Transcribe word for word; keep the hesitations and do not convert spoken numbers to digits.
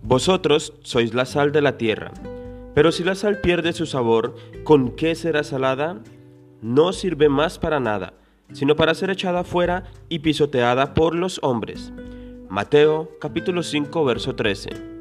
Vosotros sois la sal de la tierra, pero si la sal pierde su sabor, ¿con qué será salada? No sirve más para nada, sino para ser echada fuera y pisoteada por los hombres. Mateo capítulo cinco, verso trece.